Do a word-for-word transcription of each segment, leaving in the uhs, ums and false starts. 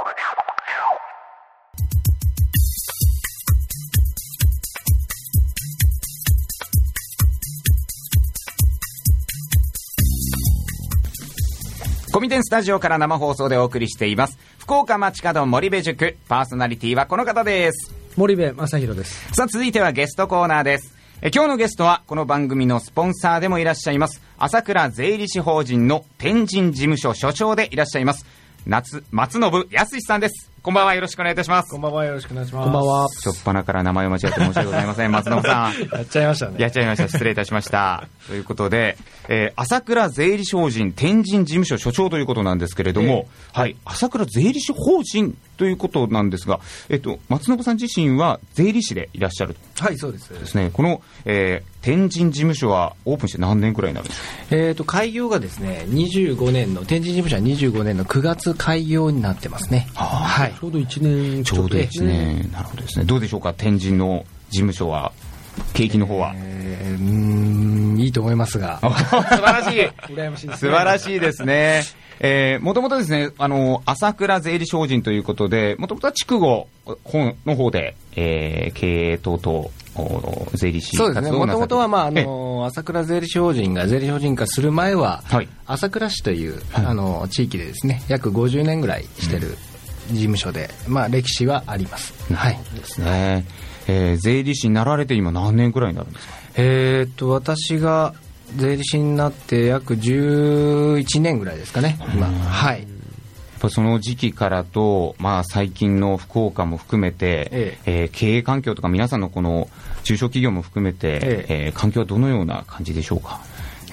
コミテンスタジオから生放送でお送りしています福岡町角森部塾、パーソナリティはこの方です。 森部正弘です。 さあ続いてはゲストコーナーです。え今日のゲストはこの番組のスポンサーでもいらっしゃいます朝倉税理士法人の天神事務所所長でいらっしゃいます夏松信康さんです。こんばんは、よろしくお願いいたします。 こんばんは、よろしくお願いします。 こんばんは。 しょっぱなから名前を間違えて申し訳ございません。松信さんやっちゃいましたね。 やっちゃいました。失礼いたしましたということで、えー、朝倉税理士法人天神事務所所長ということなんですけれども、えー、はい、朝倉税理士法人ということなんですが、えっと、松信さん自身は税理士でいらっしゃると。 はい、そうですですね。この、えー、天神事務所はオープンして何年くらいになるんですか。 えーと開業がですねにじゅうごねんの天神事務所はにじゅうごねんのくがつ開業になってますね。 はい、ちょうどいちねんちょうどいちねん、なるほどですね。どうでしょうか、天神の事務所は景気の方は。 えー、うーんいいと思いますが素晴らしい羨ましいですね。 素晴らしいですね。えー、もともとですね、あの朝倉税理士法人ということで、もともとは筑後の方で、えー、経営等々税理士活動をなさって。 そうですね。もともとは、まああの朝倉税理士法人が税理士法人化する前は、はい、朝倉市という、はい、あの地域でですね約ごじゅうねんぐらいしてる事務所で、うん、まあ歴史はあります。 はい。ですね。えー、税理士になられて今何年ぐらいになるんですか。 えー、っと私が税理士になって約じゅういちねんぐらいですかね今。はい。 その時期からと、まあ、最近の福岡も含めて、えええー、経営環境とか皆さんのこの中小企業も含めて、えええー、環境はどのような感じでしょうか。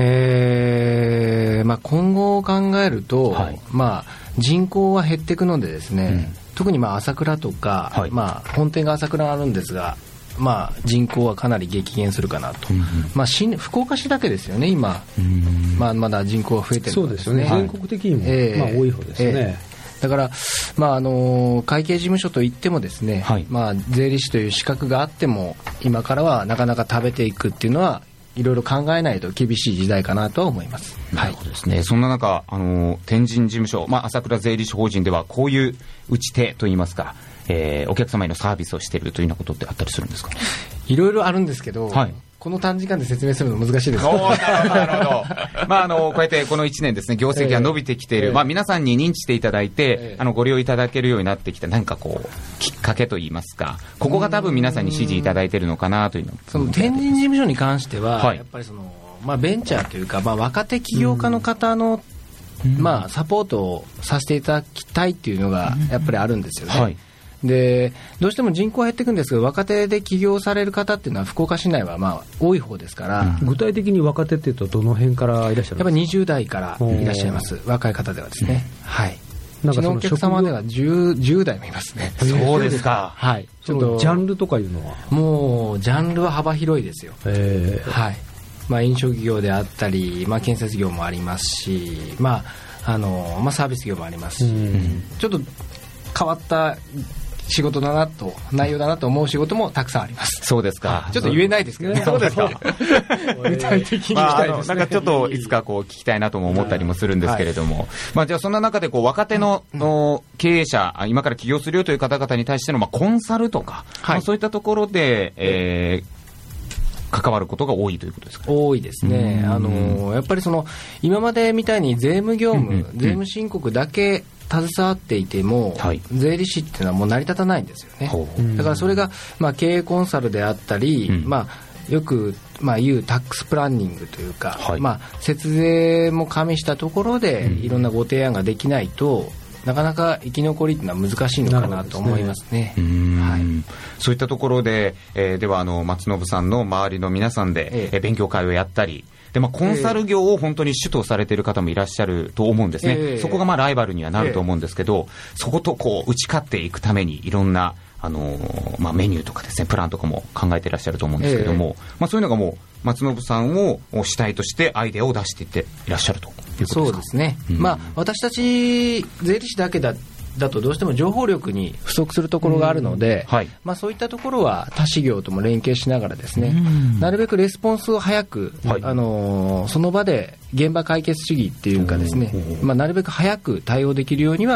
えーまあ、今後を考えると、はい、まあ、人口は減っていくのでですね、うん、特にまあ朝倉とか、はい、まあ、本店が朝倉あるんですが、まあ、人口はかなり激減するかなと、うんうん、まあ、新福岡市だけですよね今、まあ、まだ人口は増えてるんですね。 そうですよね、全国的にも、えーまあ、多い方ですね、えー、だから、まあ、あの会計事務所といってもですね、はい、まあ、税理士という資格があっても今からはなかなか食べていくっていうのはいろいろ考えないと厳しい時代かなとは思います。 なるほどですね。そんな中、あの天神事務所、まあ、朝倉税理士法人ではこういう打ち手といいますか、えー、お客様へのサービスをしているというようなことってあったりするんですか。 いろいろあるんですけど、はい、この短時間で説明するの難しいです。 おー、なるほどなるほど。まあ、あのこうやってこのいちねんですね、業績が伸びてきている、えーまあ、皆さんに認知していただいて、えー、あのご利用いただけるようになってきた何かこうきっかけといいますか、ここが多分皆さんに支持いただいているのかなというの。 その天神事務所に関しては、はい、やっぱりその、まあ、ベンチャーというか、まあ、若手起業家の方の、まあ、サポートをさせていただきたいっていうのがやっぱりあるんですよね。はい、でどうしても人口は減っていくんですけど、若手で起業される方っていうのは福岡市内はまあ多い方ですから、 うん、具体的に若手っていうとどの辺からいらっしゃるんですか。 やっぱりにじゅう代からいらっしゃいます。若い方ではですね、うん、はい、うちのお客様では 10, じゅう代もいますね。 そうですか。 はい。 ちょっとジャンルとかいうのはもうジャンルは幅広いですよ。 えー、 はい。まあ、飲食業であったり、まあ、建設業もありますし、まああのまあ、サービス業もありますし、うん、ちょっと変わった仕事だなと内容だなと思う仕事もたくさんあります。 そうですか。 ちょっと言えないですけどね。 そうですか。 具体的に聞きたいですね。 まあ、なんかちょっといつかこう聞きたいなとも思ったりもするんですけれども、はい、まあ、じゃあそんな中でこう若手の、うん、経営者、今から起業するよという方々に対してのまあコンサルとか、はい、まあ、そういったところで、えー関わることが多いということですか。 多いですね。あのやっぱりその今までみたいに税務業務、うんうんうん、税務申告だけ携わっていても、はい、税理士っていうのはもう成り立たないんですよね。だからそれが、まあ、経営コンサルであったり、うん、まあ、よく、まあ、言うタックスプランニングというか、はい、まあ、節税も加味したところでいろんなご提案ができないと、なかなか生き残りっていうのは難しいのかなと思いますね。 うーん、はい、そういったところで、えー、ではあの松信さんの周りの皆さんで、ええ、勉強会をやったりで、まあ、コンサル業を本当に主とされている方もいらっしゃると思うんですね。えー、そこがまあライバルにはなると思うんですけど、えー、そことこう打ち勝っていくためにいろんなあのーまあ、メニューとかですね、プランとかも考えていらっしゃると思うんですけども、えーまあ、そういうのがもう松信さんを主体としてアイデアを出していっていらっしゃるということですか。 そうですね、うん、まあ、私たち税理士だけだだとどうしても情報力に不足するところがあるので、はい、まあ、そういったところは他事業とも連携しながらですね、なるべくレスポンスを早く、はい、あのー、その場で現場解決主義っていうかですね、まあ、なるべく早く対応できるようには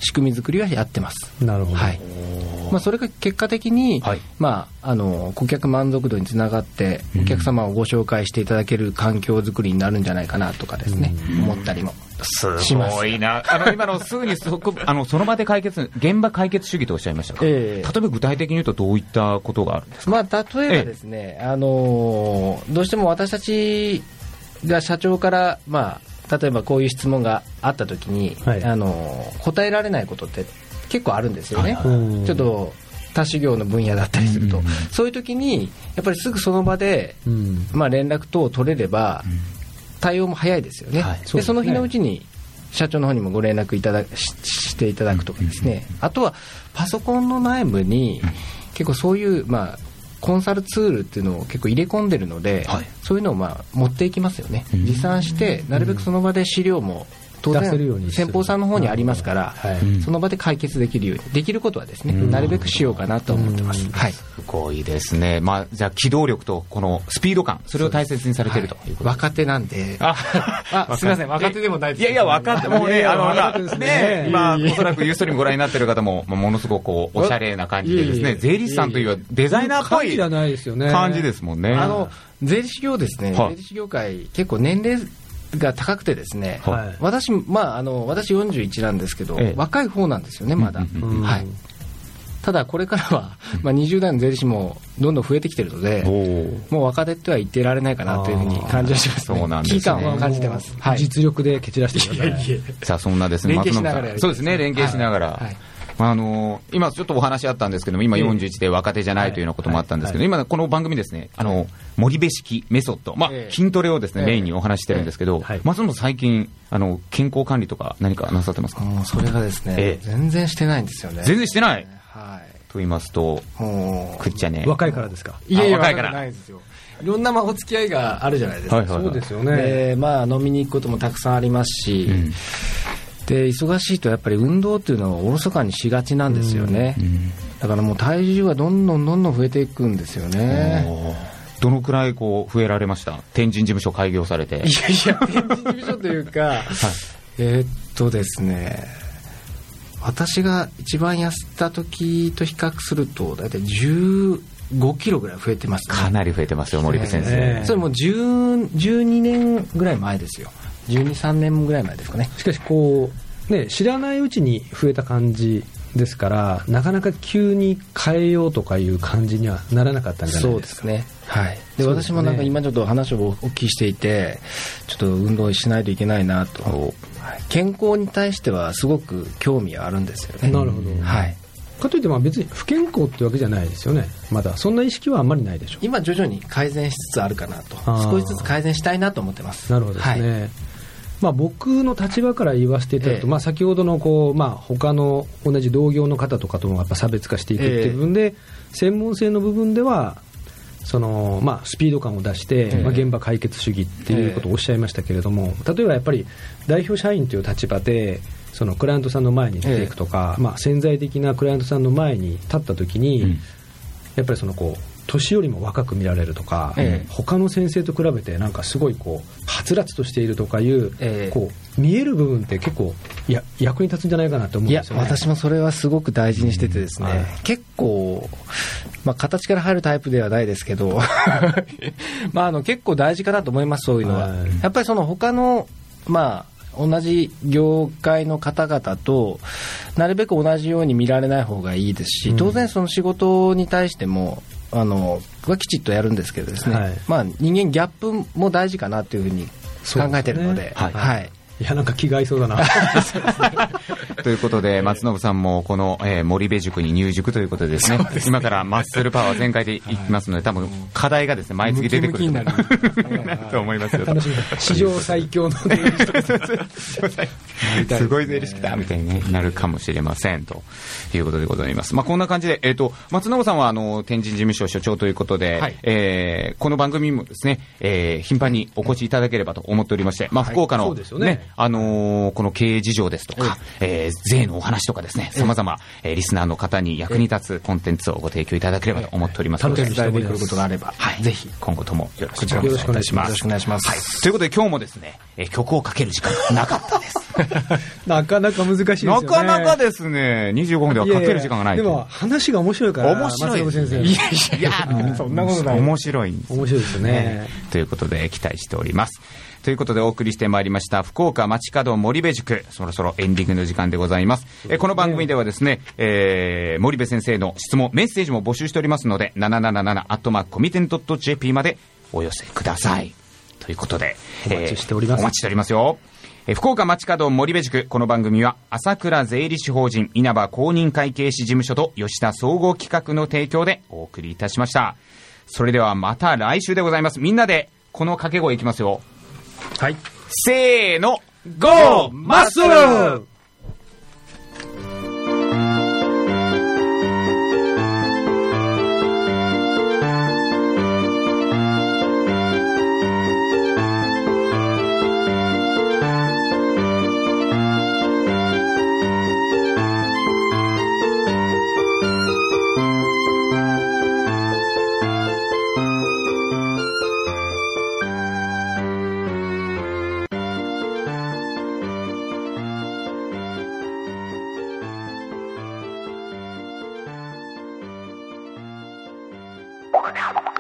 仕組み作りはやってます。 なるほど、 はい、まあ、それが結果的に、はい、まあ、あの顧客満足度につながってお客様をご紹介していただける環境づくりになるんじゃないかなとかですね、思ったりもすごいな。あの今のすぐにそこあのその場で解決、現場解決主義とおっしゃいましたが、えー、例えば具体的に言うとどういったことがあるんですか。 まあ、例えばですね、えー、あのどうしても私たちが社長から、まあ、例えばこういう質問があったときに、はい、あの答えられないことって結構あるんですよね。ちょっと他事業の分野だったりすると、うんうん、そういうときにやっぱりすぐその場で、うん、まあ、連絡等を取れれば、うん、対応も早いですよね、はい、そでその日のうちに社長の方にもご連絡いただ し, していただくとかですね、うん、あとはパソコンの内部に結構そういう、まあ、コンサルツールっていうのを結構入れ込んでるので、はい、そういうのをまあ持っていきますよね、うん、持参してなるべくその場で資料も当然先方さんの方にありますから、はい、その場で解決できるようにできることはですね、なるべくしようかなと思ってます、はい、 すごいですね、まあ、じゃあ機動力とこのスピード感、それを大切にされているということ、 はい、若手なんで、ああすみません、若手でもないです、 いやいや、若手もね、あのまあね、今おそらくユーストリームご覧になっている方もものすごくこうおしゃれな感じでですね、税理士さんというデザイナーっぽい感じですもんね。 あの税理士業ですね、税理士業界結構年齢が高くてですね、はい、私、まあ、あの私よんじゅういちなんですけど、ええ、若い方なんですよね、まだ、うんうんうん、はい、ただこれからは、まあ、にじゅう代の税理士もどんどん増えてきているので、もう若手っては言っていられないかなというふうに感じがしますね。そうなんですね、危機感を感じてます、 はい、実力で蹴散らしてください。いやいやさあそんなですね、 連携しながらやる、 そうですね、連携しながら、はいはい、あの今ちょっとお話あったんですけども、今よんじゅういちで若手じゃないというようなこともあったんですけど、今この番組ですね、あの森部式メソッド、まあ、筋トレをですね、メインにお話してるんですけど、松本最近あの健康管理とか何かなさってますか。 もうそれがですね、ええ、全然してないんですよね。 全然してない、 はい、 と言いますと、くっちゃね、 若いからですか。 いやいや、若いからないですよ。いろんなまあお付き合いがあるじゃないですか、はいはいはい、そうですよね。で、まあ、飲みに行くこともたくさんありますし、うん、で忙しいとやっぱり運動っていうのはおろそかにしがちなんですよね、うんうん、だからもう体重はどんどんどんどん増えていくんですよね。 どのくらいこう増えられました。天神事務所開業されて。いやいや、天神事務所というか、はい、えー、っとですね、私が一番痩せた時と比較するとだいたいじゅうごキロぐらい増えてますね。 かなり増えてますよ、森部先生。 それもうじゅう、じゅうにねんぐらい前ですよ。じゅうに、さんねんぐらい前ですかね。 しかしこう、ね、知らないうちに増えた感じですから、なかなか急に変えようとかいう感じにはならなかったんじゃないですか。 そうですね、はい、で、私もなんか今ちょっと話をお聞きしていて、ちょっと運動しないといけないなと、はい、健康に対してはすごく興味はあるんですよね。 なるほど、 はい、 かといってまあ別に不健康ってわけじゃないですよね。まだそんな意識はあんまりないでしょう。 今徐々に改善しつつあるかなと、少しずつ改善したいなと思ってます。 なるほどですね、はい、まあ、僕の立場から言わせていただくと、ええ、まあ、先ほどのこう、まあ、他の同じ同業の方とかともやっぱ差別化していくっていう部分で、え、専門性の部分ではその、まあ、スピード感を出して、まあ、現場解決主義っていうことをおっしゃいましたけれども、例えばやっぱり代表社員という立場でそのクライアントさんの前に出ていくとか、まあ、潜在的なクライアントさんの前に立った時に、うん、やっぱりそのこう年よりも若く見られるとか、ええ、他の先生と比べてなんかすごいこうはつらつとしているとかいう、ええ、こう見える部分って結構いや役に立つんじゃないかなと思うんですよね。 いや、私もそれはすごく大事にしててですね、うん、はい、結構、まあ、形から入るタイプではないですけどまあ、あの結構大事かなと思います。そういうのは、はい、やっぱりその他の、まあ、同じ業界の方々となるべく同じように見られない方がいいですし、当然その仕事に対してもあのはきちっとやるんですけどですね、はい、まあ、人間ギャップも大事かなというふうに考えているの で, で、ね、はいはい、 いや、なんか気が合いそうだなということで松信さんもこの、えー、森部塾に入塾ということでですね、ですね、今からマッスルパワー全開でいきますので、多分課題がですね毎月出てくると思いますよ。 楽しみ。史上最強の税理士すごい税理士来たみたいになるかもしれませんということでございます。まあ、こんな感じで、えー、と松信さんはあの天神事務所所長ということで、はい、えー、この番組もですね、えー、頻繁にお越しいただければと思っておりまして、まあ、福岡の、はい、そうですよね、あのー、この経営事情ですとか、えー、税のお話とかですね、さまざまリスナーの方に役に立つコンテンツをご提供いただければと思っておりますので、 楽しみにしてくることがあれば、 はい、ぜひ今後ともよろしくお願いします。 よろしくお願いします。 はい、ということで今日もですね、えー、曲をかける時間がなかったですなかなか難しいですよね。 なかなかですね、にじゅうごふんではかける時間がない。 いやいやでも話が面白いから面白い松信先生。 いやいや、うん、そんなことない。面白いんです、 面白いですよね、 ね。ということで期待しております。ということでお送りしてまいりました福岡街角森部塾、そろそろエンディングの時間でございます。えこの番組ではですね、えー、森部先生の質問メッセージも募集しておりますので ななななな アットマークコミテン .jp までお寄せください。ということでお待ちしております、 えー、お待ちしておりますよ。え福岡街角森部塾、この番組は朝倉税理士法人稲葉公認会計士事務所と吉田総合企画の提供でお送りいたしました。それではまた来週でございます。みんなでこの掛け声いきますよ。 はい、 せーの、ゴーマッスル。Now.